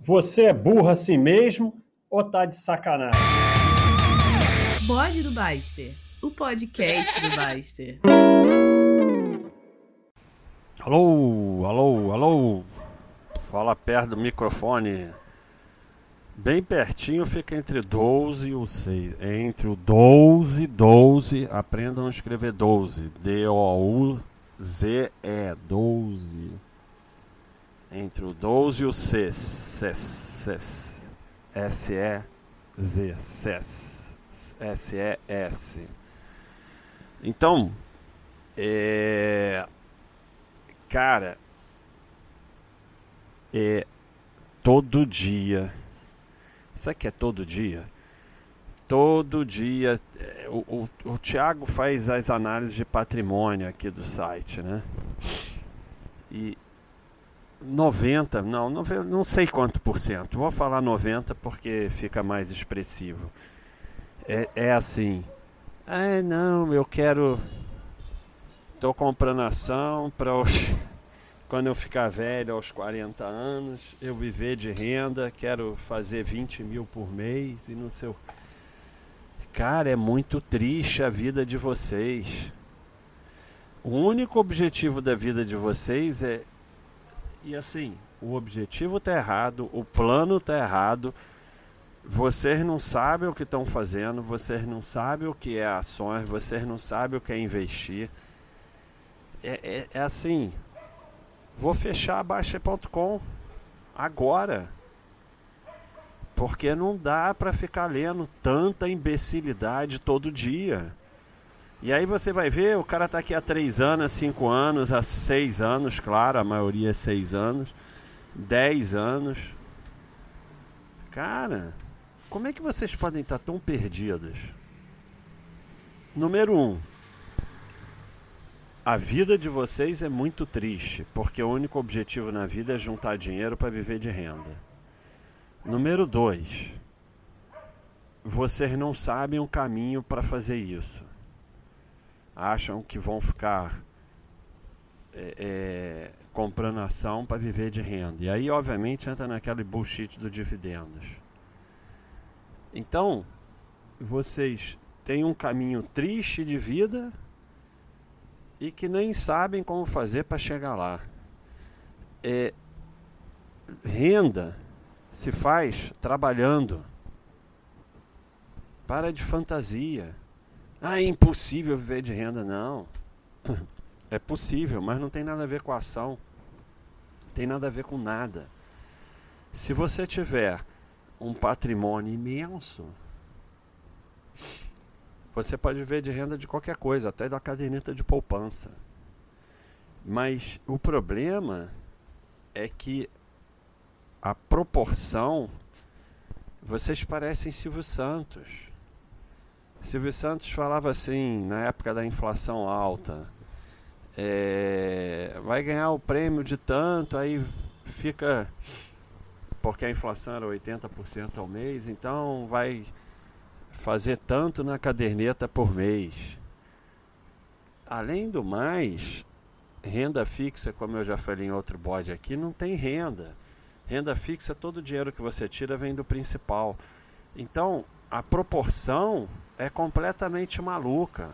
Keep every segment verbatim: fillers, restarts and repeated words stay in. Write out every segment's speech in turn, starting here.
Você é burro assim mesmo ou tá de sacanagem? Bode do Baster, o podcast do Baster. Alô, alô, alô. Fala perto do microfone. Bem pertinho, fica entre doze e o seis. Entre o doze e doze, aprendam a escrever doze. D O U Z E, doze. Entre o doze e o seis. seis. S E Z. seis. S E S. Então, é... Cara, é todo dia. Sabe o que é todo dia? Todo dia. O, o, o Thiago faz as análises de patrimônio aqui do site, né? E noventa, não, não, não sei quanto por cento. Vou falar noventa porque fica mais expressivo. É, é assim. Ah, não, eu quero. Tô comprando ação para os... quando eu ficar velho, aos quarenta anos, eu viver de renda, quero fazer vinte mil por mês e não sei o... Cara, é muito triste a vida de vocês. O único objetivo da vida de vocês é... E assim, o objetivo tá errado, o plano tá errado, vocês não sabem o que estão fazendo, vocês não sabem o que é ações, vocês não sabem o que é investir. É, é, é assim, vou fechar a Baixa ponto com agora, porque não dá para ficar lendo tanta imbecilidade todo dia. E aí você vai ver, o cara tá aqui há três anos, cinco anos, há seis anos, claro, a maioria é seis anos, dez anos. Cara, como é que vocês podem estar tão perdidos? Número um, a vida de vocês é muito triste, porque o único objetivo na vida é juntar dinheiro para viver de renda. Número dois, vocês não sabem o caminho para fazer isso. Acham que vão ficar é, é, comprando ação para viver de renda. E aí, obviamente, entra naquele bullshit do dividendos. Então, vocês têm um caminho triste de vida e que nem sabem como fazer para chegar lá. É, renda se faz trabalhando. Para de fantasia. Ah, é impossível viver de renda. Não. É possível, mas não tem nada a ver com a ação. Não tem nada a ver com nada. Se você tiver um patrimônio imenso, você pode viver de renda de qualquer coisa, até da caderneta de poupança. Mas o problema é que a proporção... Vocês parecem Silvio Santos. Silvio Santos falava assim, na época da inflação alta, é, vai ganhar o prêmio de tanto, aí fica... Porque a inflação era oitenta por cento ao mês, então vai... fazer tanto na caderneta por mês. Além do mais, renda fixa, como eu já falei em outro bode aqui, não tem renda. Renda fixa, todo o dinheiro que você tira vem do principal. Então, a proporção é completamente maluca.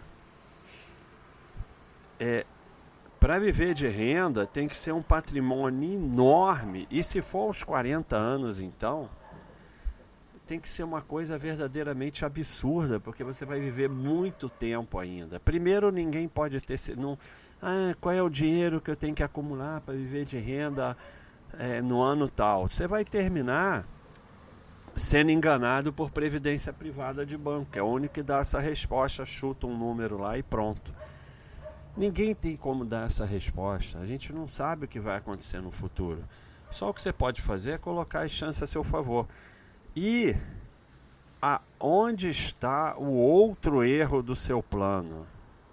É, para viver de renda, tem que ser um patrimônio enorme. E se for aos quarenta anos, então... tem que ser uma coisa verdadeiramente absurda, porque você vai viver muito tempo ainda. Primeiro, ninguém pode ter... Não, ah, qual é o dinheiro que eu tenho que acumular para viver de renda é, no ano tal? Você vai terminar sendo enganado por previdência privada de banco, que é o único que dá essa resposta, chuta um número lá e pronto. Ninguém tem como dar essa resposta. A gente não sabe o que vai acontecer no futuro. Só o que você pode fazer é colocar as chances a seu favor. E aonde está o outro erro do seu plano?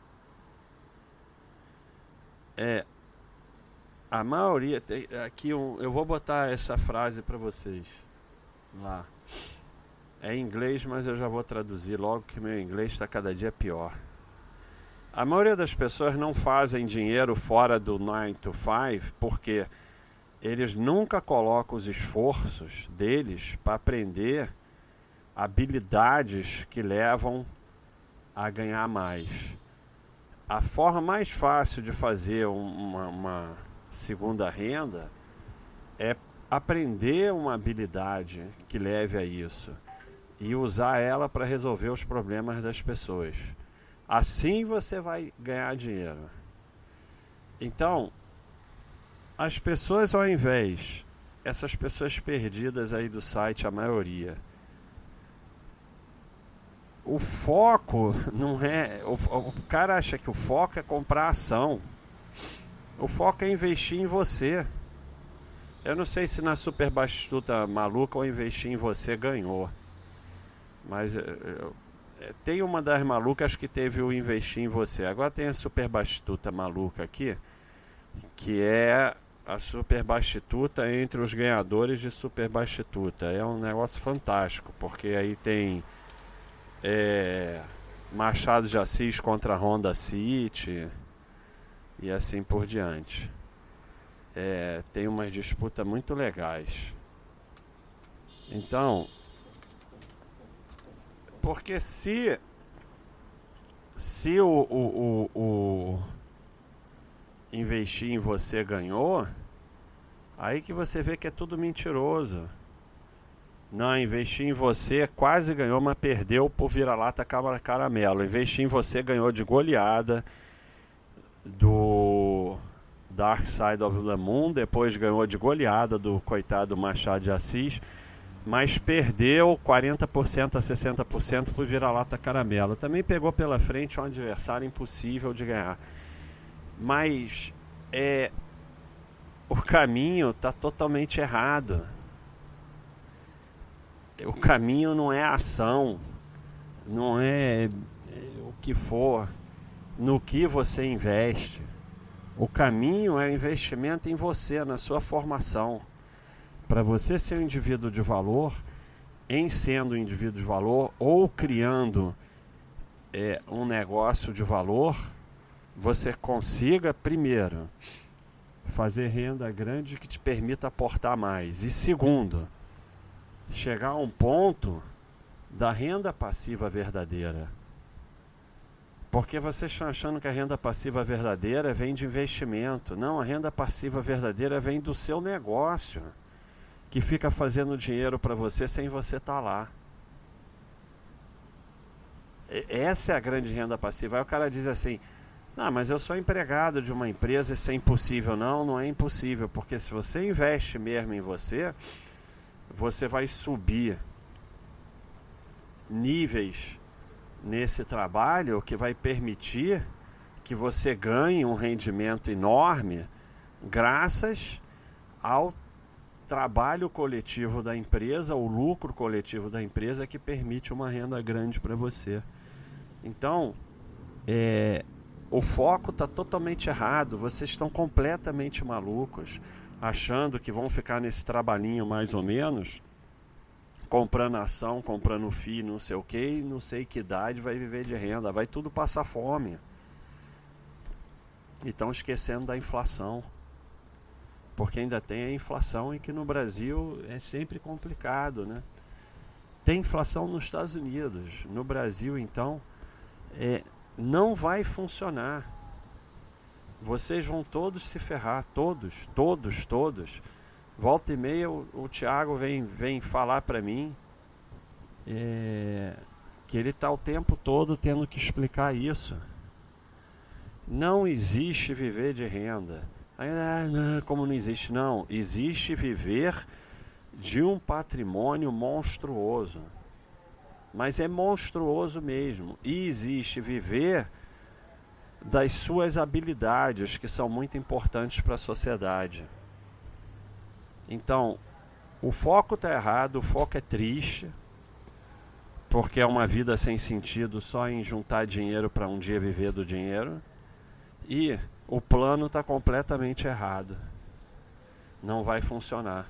É, a maioria, tem, aqui um, eu vou botar essa frase para vocês lá. É em inglês, mas eu já vou traduzir logo que meu inglês está cada dia pior. A maioria das pessoas não fazem dinheiro fora do nine to five porque eles nunca colocam os esforços deles para aprender habilidades que levam a ganhar mais. A forma mais fácil de fazer uma, uma segunda renda é aprender uma habilidade que leve a isso e usar ela para resolver os problemas das pessoas. Assim você vai ganhar dinheiro. Então, as pessoas, ao invés, essas pessoas perdidas aí do site, a maioria, o foco não é... O, o cara acha que o foco é comprar ação. O foco é investir em você. Eu não sei se na Super Bastituta Maluca ou investir em você ganhou. Mas eu, eu, tem uma das malucas que teve o investir em você. Agora tem a Super Bastituta Maluca aqui, que é a Super Bastituta entre os ganhadores de Super Bastituta. É um negócio fantástico, porque aí tem é, Machado de Assis contra Honda City e assim por diante. É, tem umas disputas muito legais. Então, porque se se o, o, o, o investir em você ganhou, aí que você vê que é tudo mentiroso. Não, investir em você quase ganhou, mas perdeu por vira-lata caramelo. Investir em você ganhou de goleada do Dark Side of the Moon, depois ganhou de goleada do coitado Machado de Assis, mas perdeu quarenta por cento a sessenta por cento por vira-lata caramelo. Também pegou pela frente um adversário impossível de ganhar. Mas é, o caminho está totalmente errado. O caminho não é ação, não é, é o que for, no que você investe. O caminho é o investimento em você, na sua formação. Para você ser um indivíduo de valor, em sendo um indivíduo de valor ou criando é, um negócio de valor, você consiga, primeiro, fazer renda grande que te permita aportar mais. E segundo, chegar a um ponto da renda passiva verdadeira. Porque vocês estão achando que a renda passiva verdadeira vem de investimento. Não, a renda passiva verdadeira vem do seu negócio, que fica fazendo dinheiro para você sem você estar lá. Essa é a grande renda passiva. Aí o cara diz assim: não, mas eu sou empregado de uma empresa, isso é impossível. Não, não é impossível, porque se você investe mesmo em você, você vai subir níveis nesse trabalho que vai permitir que você ganhe um rendimento enorme graças ao trabalho coletivo da empresa, o lucro coletivo da empresa que permite uma renda grande para você. Então, é, o foco está totalmente errado. Vocês estão completamente malucos, achando que vão ficar nesse trabalhinho mais ou menos, comprando ação, comprando F I I, não sei o que, não sei que idade vai viver de renda, vai tudo passar fome. E estão esquecendo da inflação, porque ainda tem a inflação, e que no Brasil é sempre complicado, né? Tem inflação nos Estados Unidos, no Brasil então é, não vai funcionar. Vocês vão todos se ferrar, todos, todos, todos. Volta e meia o, o Thiago vem, vem falar para mim é, que ele está o tempo todo tendo que explicar isso. Não existe viver de renda. Ah, não, como não existe? Não, existe viver de um patrimônio monstruoso. Mas é monstruoso mesmo. E existe viver das suas habilidades, que são muito importantes para a sociedade. Então, o foco está errado, o foco é triste, porque é uma vida sem sentido só em juntar dinheiro para um dia viver do dinheiro. E o plano está completamente errado. Não vai funcionar.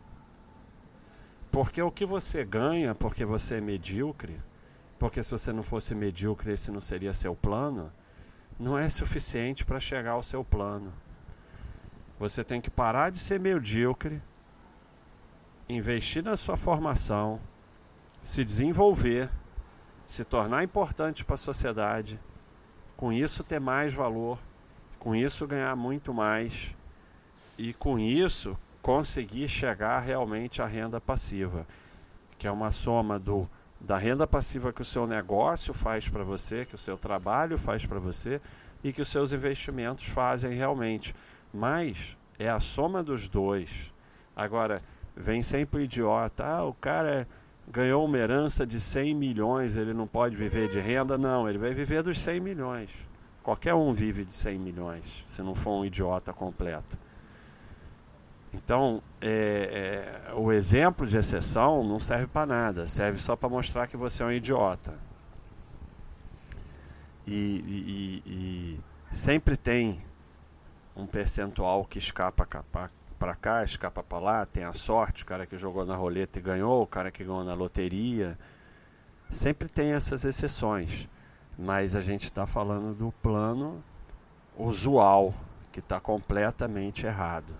Porque o que você ganha porque você é medíocre, porque se você não fosse medíocre esse não seria seu plano, não é suficiente para chegar ao seu plano. Você tem que parar de ser medíocre, investir na sua formação, se desenvolver, se tornar importante para a sociedade, com isso ter mais valor, com isso ganhar muito mais e com isso conseguir chegar realmente à renda passiva, que é uma soma do, da renda passiva que o seu negócio faz para você, que o seu trabalho faz para você e que os seus investimentos fazem realmente. Mas é a soma dos dois. Agora, vem sempre o idiota, ah, o cara ganhou uma herança de cem milhões, ele não pode viver de renda. Não, ele vai viver dos cem milhões. Qualquer um vive de cem milhões, se não for um idiota completo. Então, é, é, o exemplo de exceção não serve para nada, serve só para mostrar que você é um idiota. E, e, e, e sempre tem um percentual que escapa para cá, escapa para lá, tem a sorte, o cara que jogou na roleta e ganhou, o cara que ganhou na loteria. Sempre tem essas exceções, mas a gente está falando do plano usual, que está completamente errado.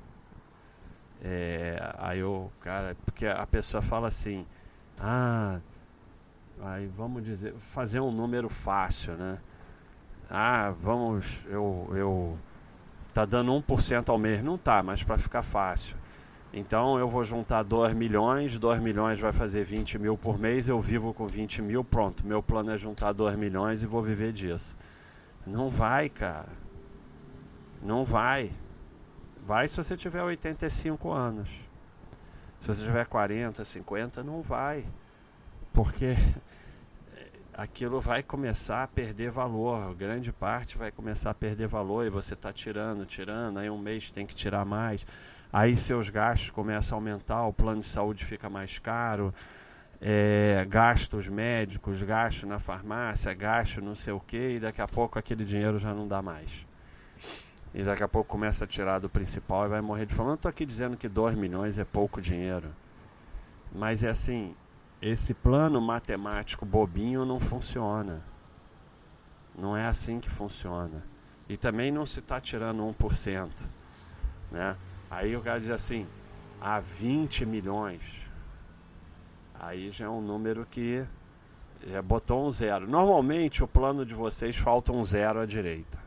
É, aí o cara, porque a pessoa fala assim, ah, aí vamos dizer, fazer um número fácil, né? Ah, vamos, eu, eu tá dando um por cento ao mês, não tá, mas para ficar fácil. Então eu vou juntar dois milhões, dois milhões vai fazer vinte mil por mês, eu vivo com vinte mil, pronto, meu plano é juntar dois milhões e vou viver disso. Não vai, cara. Não vai. Vai se você tiver oitenta e cinco anos. Se você tiver quarenta, cinquenta, não vai. Porque aquilo vai começar a perder valor. Grande parte vai começar a perder valor e você está tirando, tirando. Aí um mês tem que tirar mais. Aí seus gastos começam a aumentar, o plano de saúde fica mais caro. É, gastos médicos, gastos na farmácia, gastos não sei o que. E daqui a pouco aquele dinheiro já não dá mais. E daqui a pouco começa a tirar do principal e vai morrer de fome. Eu não estou aqui dizendo que dois milhões é pouco dinheiro. Mas é assim, esse plano matemático bobinho não funciona. Não é assim que funciona. E também não se está tirando um por cento. Né? Aí o cara diz assim, há vinte milhões. Aí já é um número que já botou um zero. Normalmente o plano de vocês falta um zero à direita.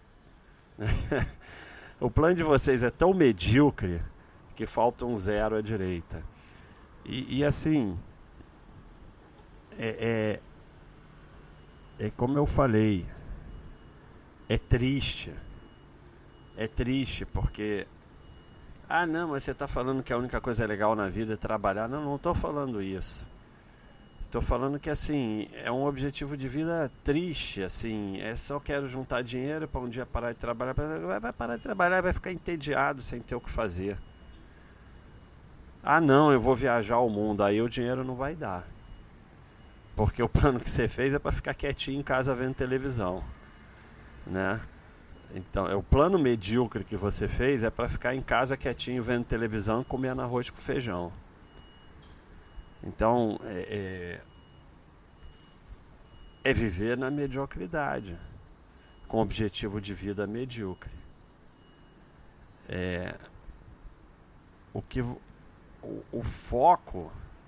O plano de vocês é tão medíocre que falta um zero à direita. E, e assim, é, é, é como eu falei, é triste. É triste porque, ah não, mas você está falando que a única coisa legal na vida é trabalhar. Não, não estou falando isso. Estou falando que assim, é um objetivo de vida triste, assim, é só quero juntar dinheiro para um dia parar de trabalhar, vai parar de trabalhar e vai ficar entediado sem ter o que fazer. Ah não, eu vou viajar ao mundo, aí o dinheiro não vai dar. Porque o plano que você fez é para ficar quietinho em casa vendo televisão, né? Então, é o plano medíocre que você fez é para ficar em casa quietinho vendo televisão e comendo arroz com feijão. Então, é, é, é viver na mediocridade, com objetivo de vida medíocre. É, o, que, o, o foco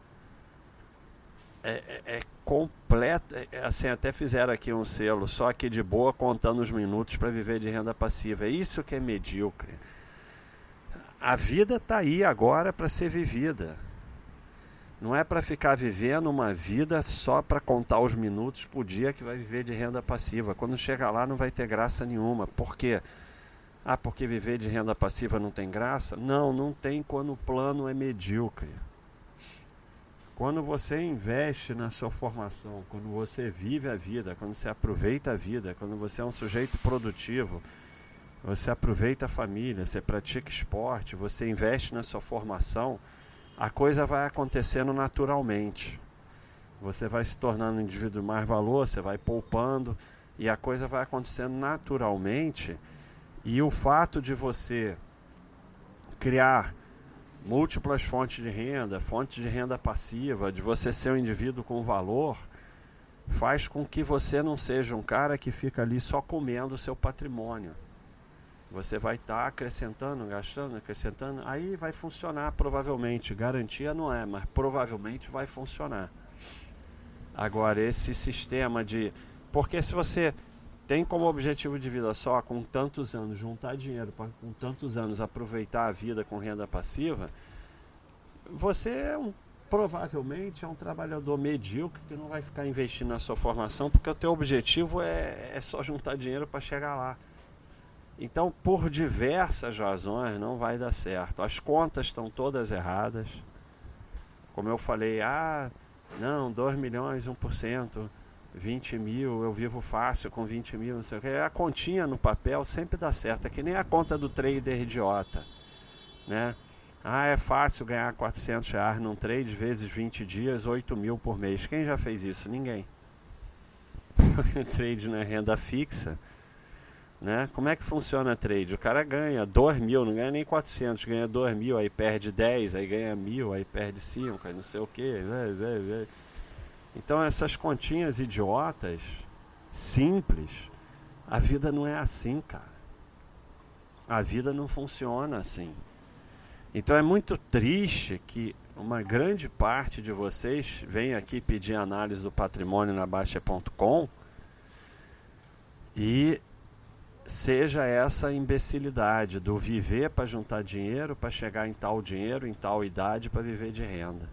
é, é, é completo. É, assim, até fizeram aqui um selo, só aqui de boa, contando os minutos para viver de renda passiva. É isso que é medíocre. A vida está aí agora para ser vivida. Não é para ficar vivendo uma vida só para contar os minutos por dia que vai viver de renda passiva. Quando chegar lá não vai ter graça nenhuma. Por quê? Ah, porque viver de renda passiva não tem graça? Não, não tem quando o plano é medíocre. Quando você investe na sua formação, quando você vive a vida, quando você aproveita a vida, quando você é um sujeito produtivo, você aproveita a família, você pratica esporte, você investe na sua formação, a coisa vai acontecendo naturalmente. Você vai se tornando um indivíduo de mais valor, você vai poupando e a coisa vai acontecendo naturalmente. E o fato de você criar múltiplas fontes de renda, fontes de renda passiva, de você ser um indivíduo com valor, faz com que você não seja um cara que fica ali só comendo o seu patrimônio. Você vai estar tá acrescentando, gastando, acrescentando, aí vai funcionar provavelmente. Garantia não é, mas provavelmente vai funcionar. Agora, esse sistema de... Porque se você tem como objetivo de vida só, com tantos anos, juntar dinheiro, pra, com tantos anos aproveitar a vida com renda passiva, você é um, provavelmente é um trabalhador medíocre que não vai ficar investindo na sua formação, porque o teu objetivo é, é só juntar dinheiro para chegar lá. Então, por diversas razões, não vai dar certo. As contas estão todas erradas. Como eu falei, ah, não, dois milhões, um por cento, vinte mil, eu vivo fácil com vinte mil, não sei o que. A continha no papel sempre dá certo. É que nem a conta do trader idiota, né? Ah, é fácil ganhar quatrocentos reais num trade, vezes vinte dias, oito mil por mês. Quem já fez isso? Ninguém. Trade não é renda fixa. Né? Como é que funciona trade? O cara ganha dois mil, não ganha nem quatrocentos, ganha dois mil, aí perde dez, aí ganha mil, aí perde cinco, aí não sei o que. Então essas continhas idiotas, simples, a vida não é assim, cara. A vida não funciona assim. Então é muito triste que uma grande parte de vocês vem aqui pedir análise do patrimônio na Baixa ponto com e seja essa imbecilidade do viver para juntar dinheiro, para chegar em tal dinheiro, em tal idade, para viver de renda.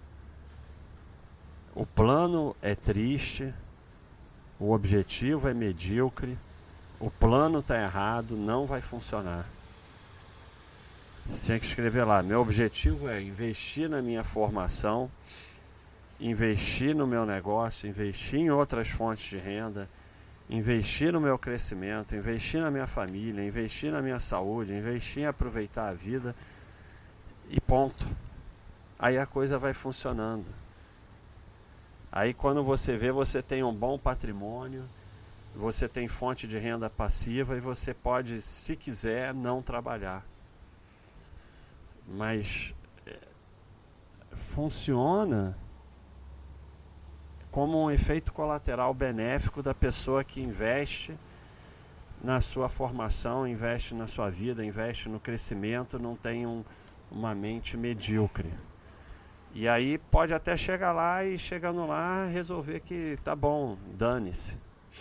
O plano é triste, o objetivo é medíocre, o plano está errado, não vai funcionar. Você tinha que escrever lá, meu objetivo é investir na minha formação, investir no meu negócio, investir em outras fontes de renda, investir no meu crescimento, investir na minha família, investir na minha saúde, investir em aproveitar a vida e ponto. Aí a coisa vai funcionando. Aí quando você vê, você tem um bom patrimônio, você tem fonte de renda passiva e você pode, se quiser, não trabalhar. Mas é, funciona como um efeito colateral benéfico da pessoa que investe na sua formação, investe na sua vida, investe no crescimento, não tem um, uma mente medíocre. E aí pode até chegar lá e, chegando lá, resolver que tá bom, dane-se.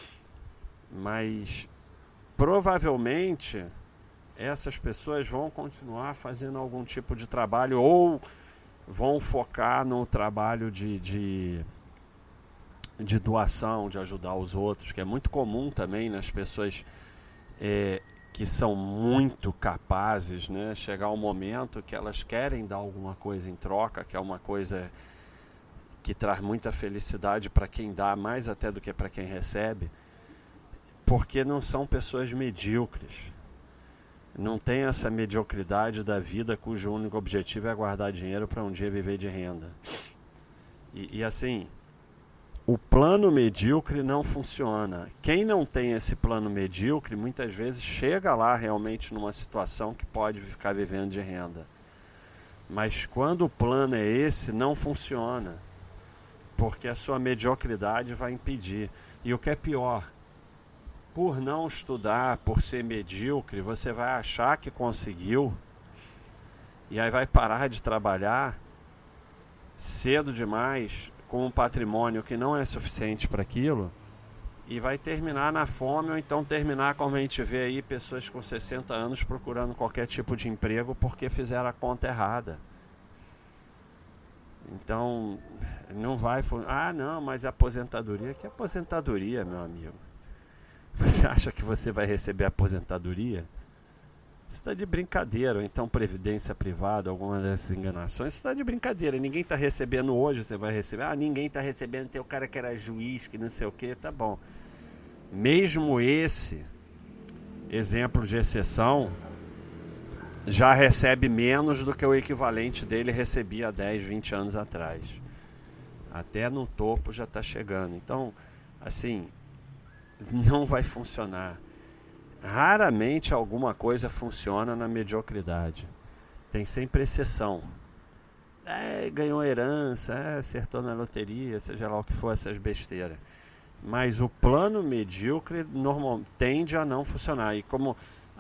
Mas provavelmente essas pessoas vão continuar fazendo algum tipo de trabalho ou vão focar no trabalho de... de de doação, de ajudar os outros, que é muito comum também nas pessoas é, que são muito capazes, né? Chegar um momento que elas querem dar alguma coisa em troca, que é uma coisa que traz muita felicidade para quem dá, mais até do que para quem recebe, porque não são pessoas medíocres. Não tem essa mediocridade da vida cujo único objetivo é guardar dinheiro para um dia viver de renda. E, e assim... O plano medíocre não funciona. Quem não tem esse plano medíocre, muitas vezes chega lá realmente numa situação que pode ficar vivendo de renda. Mas quando o plano é esse, não funciona. Porque a sua mediocridade vai impedir. E o que é pior, por não estudar, por ser medíocre, você vai achar que conseguiu e aí vai parar de trabalhar cedo demais, com um patrimônio que não é suficiente para aquilo, e vai terminar na fome, ou então terminar como a gente vê aí, pessoas com sessenta anos procurando qualquer tipo de emprego porque fizeram a conta errada. Então, não vai... Ah, não, mas é aposentadoria. Que aposentadoria, meu amigo? Você acha que você vai receber aposentadoria? Você está de brincadeira, ou então previdência privada, alguma dessas enganações, você está de brincadeira, ninguém está recebendo hoje, você vai receber, ah, ninguém está recebendo, tem o cara que era juiz, que não sei o que, tá bom. Mesmo esse exemplo de exceção, já recebe menos do que o equivalente dele recebia há dez, vinte anos atrás. Até no topo já está chegando. Então, assim, não vai funcionar. Raramente alguma coisa funciona na mediocridade. Tem sempre exceção. É, ganhou herança, é, acertou na loteria, seja lá o que for, essas besteiras. Mas o plano medíocre normal, tende a não funcionar. E como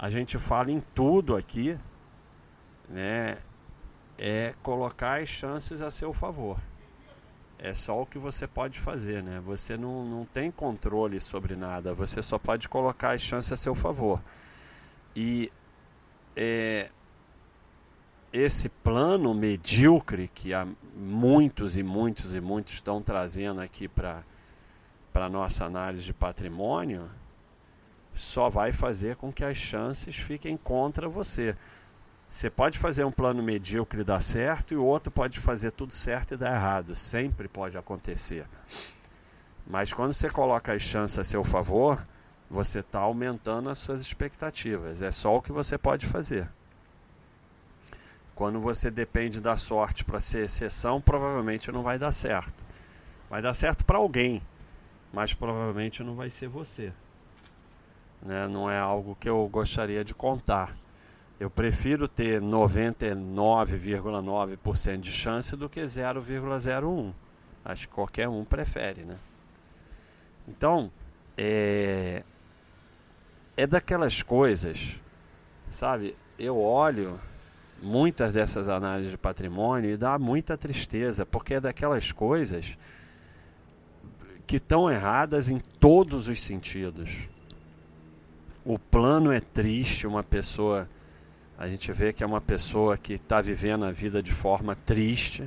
a gente fala em tudo aqui, né? É colocar as chances a seu favor. É só o que você pode fazer, né? Você não, não tem controle sobre nada, você só pode colocar as chances a seu favor. E é, esse plano medíocre que há muitos e muitos e muitos estão trazendo aqui para para nossa análise de patrimônio, só vai fazer com que as chances fiquem contra você. Você pode fazer um plano medíocre e dar certo, e o outro pode fazer tudo certo e dar errado. Sempre pode acontecer. Mas quando você coloca as chances a seu favor, você está aumentando as suas expectativas. É só o que você pode fazer. Quando você depende da sorte para ser exceção, provavelmente não vai dar certo. Vai dar certo para alguém, mas provavelmente não vai ser você. Né? Não é algo que eu gostaria de contar. Eu prefiro ter noventa e nove vírgula nove por cento de chance do que zero vírgula zero um. Acho que qualquer um prefere, né? Então, é, é daquelas coisas, sabe? Eu olho muitas dessas análises de patrimônio e dá muita tristeza, porque é daquelas coisas que estão erradas em todos os sentidos. O plano é triste, uma pessoa... A gente vê que é uma pessoa que está vivendo a vida de forma triste,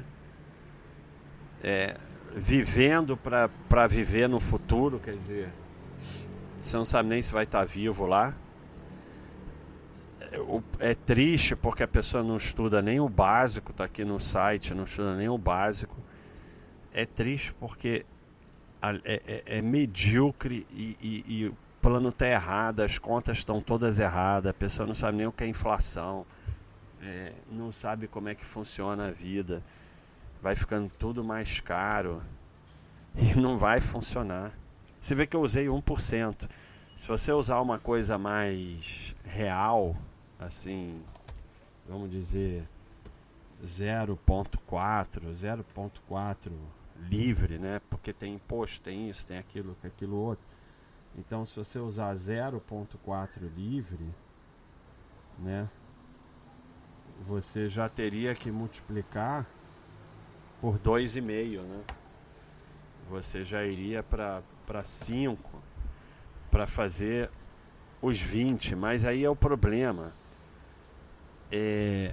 é, vivendo para viver no futuro, quer dizer, você não sabe nem se vai estar vivo lá. É, é triste porque a pessoa não estuda nem o básico, está aqui no site, não estuda nem o básico. É triste porque é, é, é medíocre e, e, e o plano está errado, as contas estão todas erradas, a pessoa não sabe nem o que é inflação, é, não sabe como é que funciona a vida, vai ficando tudo mais caro e não vai funcionar. Você vê que eu usei um por cento. Se você usar uma coisa mais real, assim, vamos dizer zero vírgula quatro, zero vírgula quatro livre, né? Porque tem imposto, tem isso, tem aquilo, tem aquilo outro. Então, se você usar zero vírgula quatro livre, né, você já teria que multiplicar por dois vírgula cinco, né? Você já iria para para cinco para fazer os vinte, mas aí é o problema. É,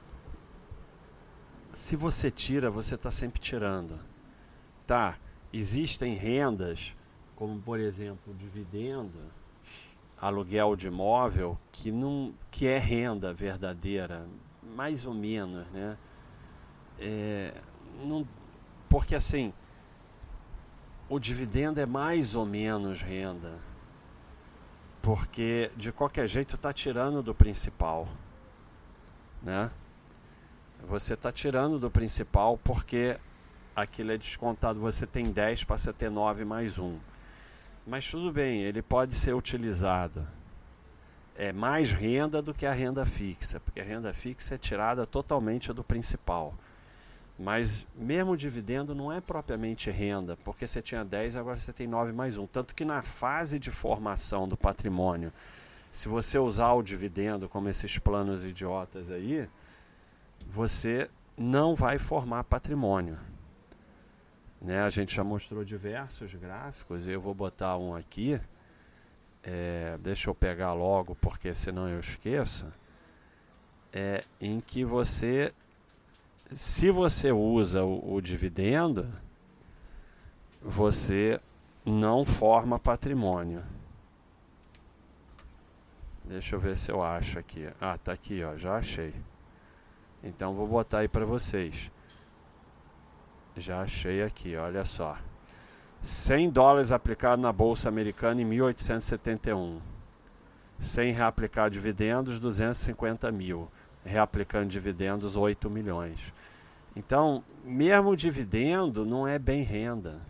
se você tira, você está sempre tirando. Tá, existem rendas, como por exemplo dividendo, aluguel de imóvel, que, não, que é renda verdadeira, mais ou menos, né? É, não, porque assim, o dividendo é mais ou menos renda, porque de qualquer jeito está tirando do principal, né? Você está tirando do principal porque aquilo é descontado, você tem dez, passa a ter nove mais um. Mas tudo bem, ele pode ser utilizado. É mais renda do que a renda fixa, porque a renda fixa é tirada totalmente do principal. Mas mesmo o dividendo não é propriamente renda, porque você tinha dez, agora você tem nove mais um. Tanto que na fase de formação do patrimônio, se você usar o dividendo como esses planos idiotas aí, você não vai formar patrimônio. Né, a gente já mostrou diversos gráficos, eu vou botar um aqui, é, deixa eu pegar logo porque senão eu esqueço, é, em que você, se você usa o, o dividendo, você não forma patrimônio. Deixa eu ver se eu acho aqui. Ah, tá aqui, ó, já achei. Então vou botar aí para vocês. Já achei aqui, olha só. cem dólares aplicado na Bolsa Americana em mil oitocentos e setenta e um. Sem reaplicar dividendos, duzentos e cinquenta mil. Reaplicando dividendos, oito milhões. Então, mesmo o dividendo não é bem renda.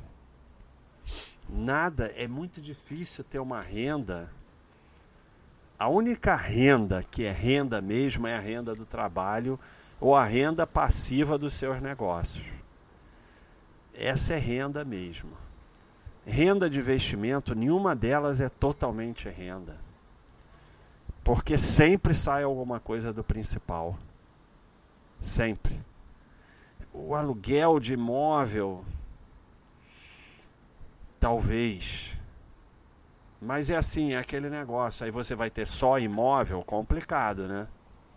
Nada, é muito difícil ter uma renda. A única renda que é renda mesmo é a renda do trabalho ou a renda passiva dos seus negócios. Essa é renda mesmo. Renda de investimento, nenhuma delas é totalmente renda. Porque sempre sai alguma coisa do principal. Sempre. O aluguel de imóvel, talvez. Mas é assim, é aquele negócio. Aí você vai ter só imóvel, complicado, né?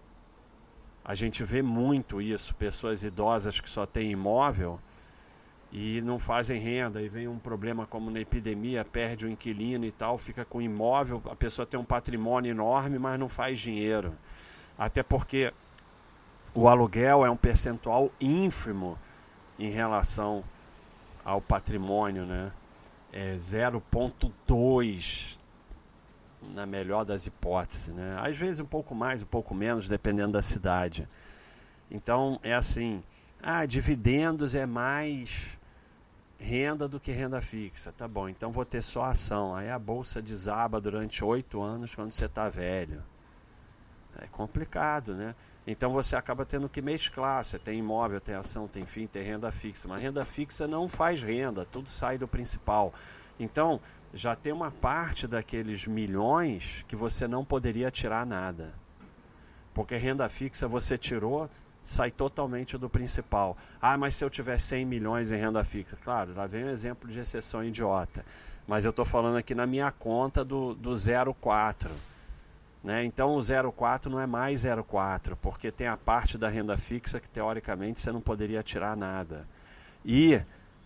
A gente vê muito isso. Pessoas idosas que só têm imóvel e não fazem renda. E vem um problema como na epidemia, perde o inquilino e tal, fica com imóvel. A pessoa tem um patrimônio enorme, mas não faz dinheiro. Até porque o aluguel é um percentual ínfimo em relação ao patrimônio, né? É zero vírgula dois na melhor das hipóteses, né? Às vezes um pouco mais, um pouco menos, dependendo da cidade. Então é assim, ah, dividendos é mais renda do que renda fixa. Tá bom, então vou ter só ação. Aí a bolsa desaba durante oito anos quando você está velho. É complicado, né? Então você acaba tendo que mesclar. Você tem imóvel, tem ação, tem F I I, tem renda fixa. Mas renda fixa não faz renda, tudo sai do principal. Então já tem uma parte daqueles milhões que você não poderia tirar nada. Porque renda fixa você tirou, sai totalmente do principal. Ah, mas se eu tiver cem milhões em renda fixa? Claro, lá vem um exemplo de exceção idiota. Mas eu estou falando aqui na minha conta do, do zero vírgula quatro. Né? Então o zero vírgula quatro não é mais zero vírgula quatro, porque tem a parte da renda fixa que teoricamente você não poderia tirar nada. E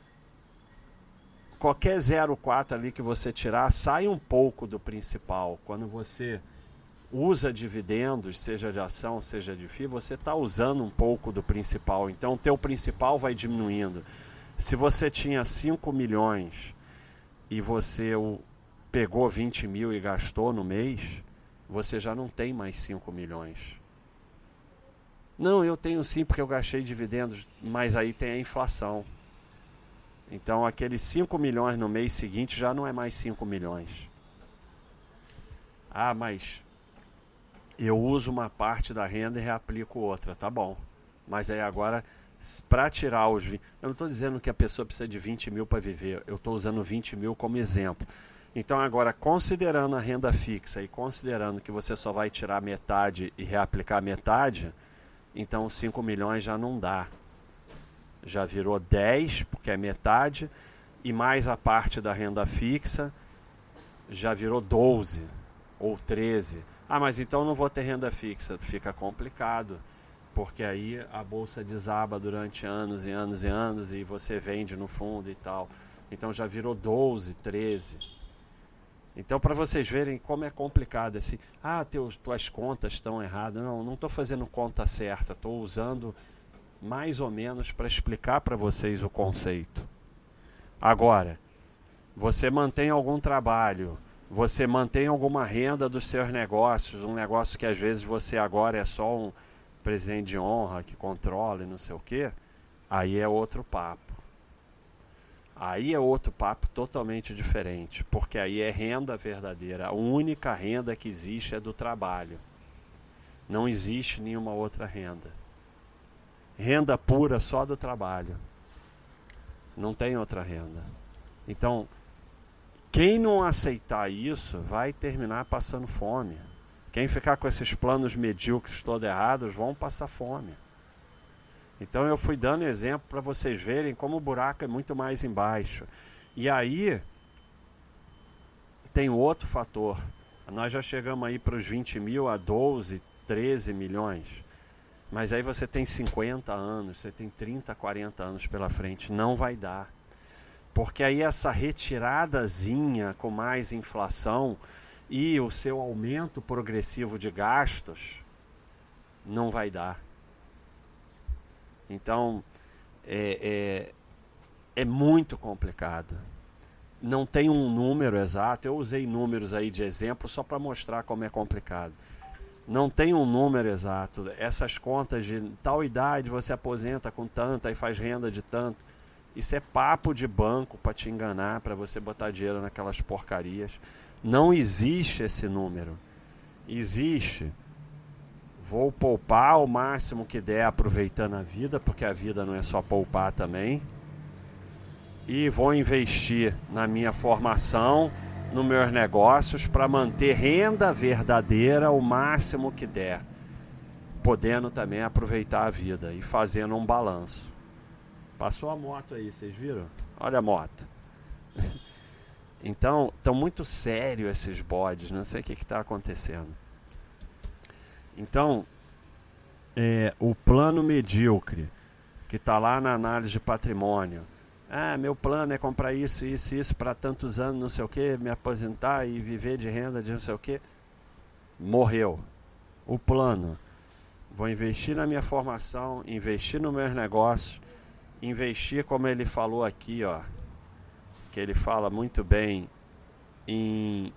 qualquer zero vírgula quatro ali que você tirar, sai um pouco do principal. Quando você usa dividendos, seja de ação, seja de F I I, você está usando um pouco do principal. Então o teu principal vai diminuindo. Se você tinha cinco milhões e você o pegou vinte mil e gastou no mês, você já não tem mais cinco milhões. Não, eu tenho sim porque eu gastei dividendos, mas aí tem a inflação. Então aqueles cinco milhões no mês seguinte já não é mais cinco milhões. Ah, mas eu uso uma parte da renda e reaplico outra, tá bom. Mas aí agora, para tirar os... Eu não estou dizendo que a pessoa precisa de vinte mil para viver, eu estou usando vinte mil como exemplo. Então agora, considerando a renda fixa e considerando que você só vai tirar metade e reaplicar metade, então os cinco milhões já não dá. Já virou dez, porque é metade, e mais a parte da renda fixa, já virou doze ou treze. Ah, mas então não vou ter renda fixa. Fica complicado, porque aí a bolsa desaba durante anos e anos e anos e você vende no fundo e tal. Então já virou doze, treze. Então, para vocês verem como é complicado assim, ah, teus, tuas contas estão erradas. Não, não estou fazendo conta certa, estou usando mais ou menos para explicar para vocês o conceito. Agora, você mantém algum trabalho, você mantém alguma renda dos seus negócios, um negócio que às vezes você agora é só um presidente de honra que controla e não sei o quê, aí é outro papo. Aí é outro papo totalmente diferente, porque aí é renda verdadeira. A única renda que existe é do trabalho. Não existe nenhuma outra renda. Renda pura só do trabalho. Não tem outra renda. Então, quem não aceitar isso vai terminar passando fome. Quem ficar com esses planos medíocres todos errados vão passar fome. Então eu fui dando exemplo para vocês verem como o buraco é muito mais embaixo. E aí tem outro fator. Nós já chegamos aí para os vinte mil a doze, treze milhões. Mas aí você tem cinquenta anos, você tem trinta, quarenta anos pela frente. Não vai dar. Porque aí essa retiradazinha com mais inflação e o seu aumento progressivo de gastos não vai dar. Então, é, é, é muito complicado. Não tem um número exato. Eu usei números aí de exemplo só para mostrar como é complicado. Não tem um número exato. Essas contas de tal idade você aposenta com tanto, aí faz renda de tanto. Isso é papo de banco para te enganar, para você botar dinheiro naquelas porcarias. Não existe esse número. Existe... Vou poupar o máximo que der aproveitando a vida, porque a vida não é só poupar também. E vou investir na minha formação, nos meus negócios para manter renda verdadeira o máximo que der, podendo também aproveitar a vida e fazendo um balanço. Passou a moto aí, vocês viram? Olha a moto. Então, estão muito sérios esses bodes, não sei o que está acontecendo. Então, é, o plano medíocre, que está lá na análise de patrimônio. Ah, meu plano é comprar isso, isso, isso para tantos anos, não sei o que, me aposentar e viver de renda de não sei o que. Morreu. O plano. Vou investir na minha formação, investir nos meus negócios, investir, como ele falou aqui, ó, que ele fala muito bem, em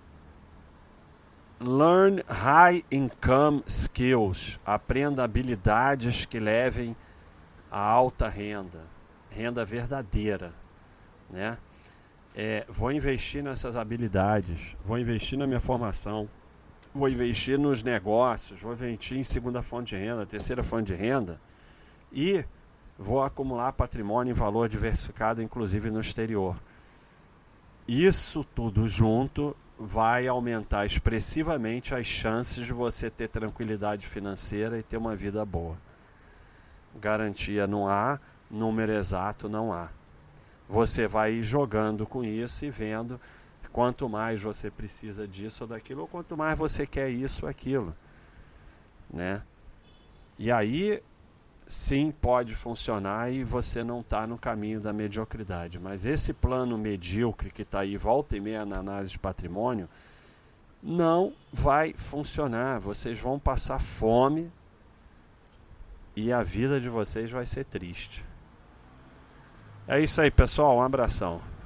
learn high income skills. Aprenda habilidades que levem a alta renda, renda verdadeira, né? É, vou investir nessas habilidades, vou investir na minha formação, vou investir nos negócios, vou investir em segunda fonte de renda, terceira fonte de renda e vou acumular patrimônio em valor diversificado, inclusive no exterior. Isso tudo junto vai aumentar expressivamente as chances de você ter tranquilidade financeira e ter uma vida boa. Garantia não há, número exato não há. Você vai ir jogando com isso e vendo quanto mais você precisa disso ou daquilo, ou quanto mais você quer isso ou aquilo, né? E aí, sim, pode funcionar e você não está no caminho da mediocridade. Mas esse plano medíocre que está aí volta e meia na análise de patrimônio, não vai funcionar. Vocês vão passar fome e a vida de vocês vai ser triste. É isso aí, pessoal. Um abração.